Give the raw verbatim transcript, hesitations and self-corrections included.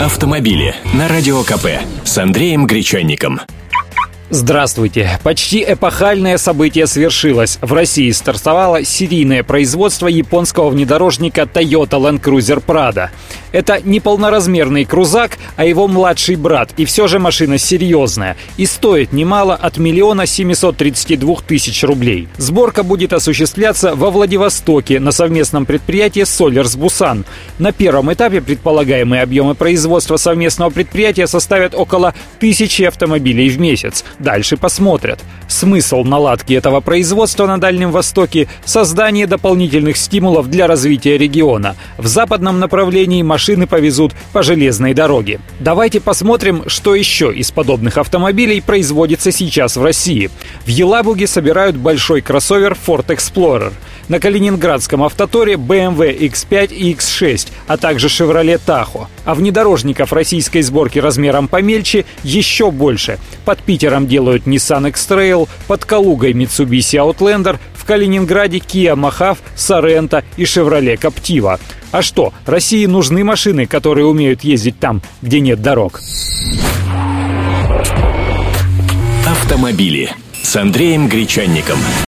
Автомобили на Радио ка пэ с Андреем Гречанником. Здравствуйте! Почти эпохальное событие свершилось. В России стартовало серийное производство японского внедорожника Toyota Land Cruiser Prado. Это не полноразмерный крузак, а его младший брат. И все же машина серьезная. И стоит немало, от миллиона семисот тридцати двух тысяч рублей. Сборка будет осуществляться во Владивостоке на совместном предприятии Solers Busan. На первом этапе предполагаемые объемы производства совместного предприятия составят около тысячи автомобилей в месяц. Дальше посмотрят. Смысл наладки этого производства на Дальнем Востоке – создание дополнительных стимулов для развития региона. В западном направлении машины повезут по железной дороге. Давайте посмотрим, что еще из подобных автомобилей производится сейчас в России. В Елабуге собирают большой кроссовер Ford Explorer. На калининградском автоторе бэ эм вэ икс пять и икс шесть, а также Chevrolet Tahoe. А внедорожников российской сборки размером помельче еще больше. Под Питером делают Nissan X-Trail, под Калугой Mitsubishi Outlander, в Калининграде Kia Mojave, Sorento и Chevrolet Captiva. А что, России нужны машины, которые умеют ездить там, где нет дорог? Автомобили с Андреем Гречанником.